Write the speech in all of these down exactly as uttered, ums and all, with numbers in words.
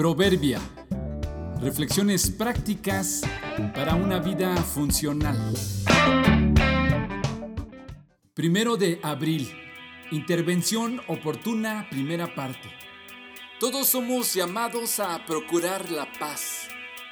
Proverbia. Reflexiones prácticas para una vida funcional. Primero de abril. Intervención oportuna, primera parte. Todos somos llamados a procurar la paz.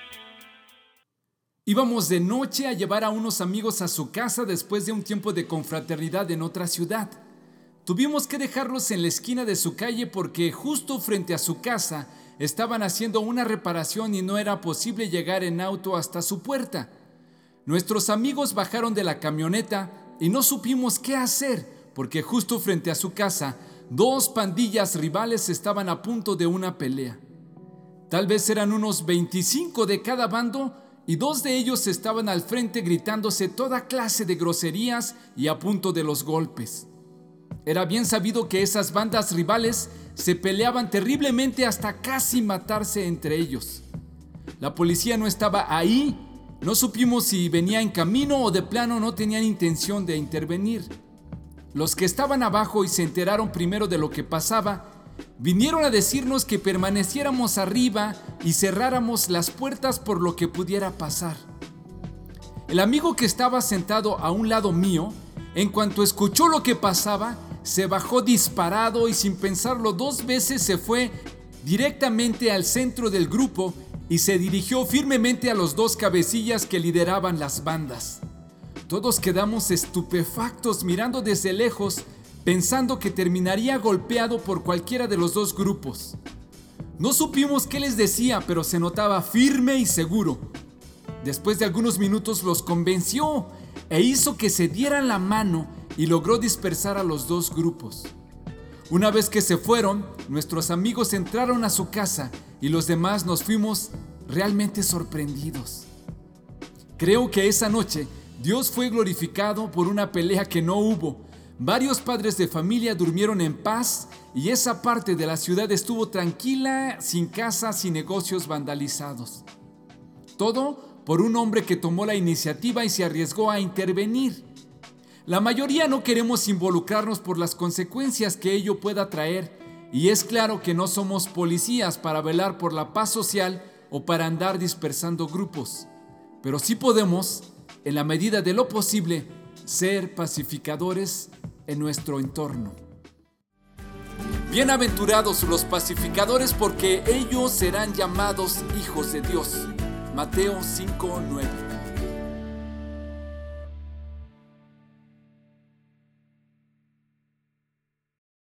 Íbamos de noche a llevar a unos amigos a su casa después de un tiempo de confraternidad en otra ciudad. Tuvimos que dejarlos en la esquina de su calle porque justo frente a su casa estaban haciendo una reparación y no era posible llegar en auto hasta su puerta. Nuestros amigos bajaron de la camioneta y no supimos qué hacer porque justo frente a su casa dos pandillas rivales estaban a punto de una pelea. Tal vez eran unos veinticinco de cada bando y dos de ellos estaban al frente gritándose toda clase de groserías y a punto de los golpes. Era bien sabido que esas bandas rivales se peleaban terriblemente hasta casi matarse entre ellos. La policía no estaba ahí, no supimos si venía en camino o de plano no tenían intención de intervenir. Los que estaban abajo y se enteraron primero de lo que pasaba, vinieron a decirnos que permaneciéramos arriba y cerráramos las puertas por lo que pudiera pasar. El amigo que estaba sentado a un lado mío, en cuanto escuchó lo que pasaba, se bajó disparado y sin pensarlo dos veces se fue directamente al centro del grupo y se dirigió firmemente a los dos cabecillas que lideraban las bandas. Todos quedamos estupefactos mirando desde lejos, pensando que terminaría golpeado por cualquiera de los dos grupos. No supimos qué les decía, pero se notaba firme y seguro. Después de algunos minutos los convenció e hizo que se dieran la mano y logró dispersar a los dos grupos. Una vez que se fueron, nuestros amigos entraron a su casa y los demás nos fuimos realmente sorprendidos. Creo que esa noche Dios fue glorificado por una pelea que no hubo. Varios padres de familia durmieron en paz y esa parte de la ciudad estuvo tranquila, sin casas y negocios vandalizados. Todo por un hombre que tomó la iniciativa y se arriesgó a intervenir. La mayoría no queremos involucrarnos por las consecuencias que ello pueda traer, y es claro que no somos policías para velar por la paz social o para andar dispersando grupos, pero sí podemos, en la medida de lo posible, ser pacificadores en nuestro entorno. Bienaventurados los pacificadores, porque ellos serán llamados hijos de Dios. Mateo cinco nueve.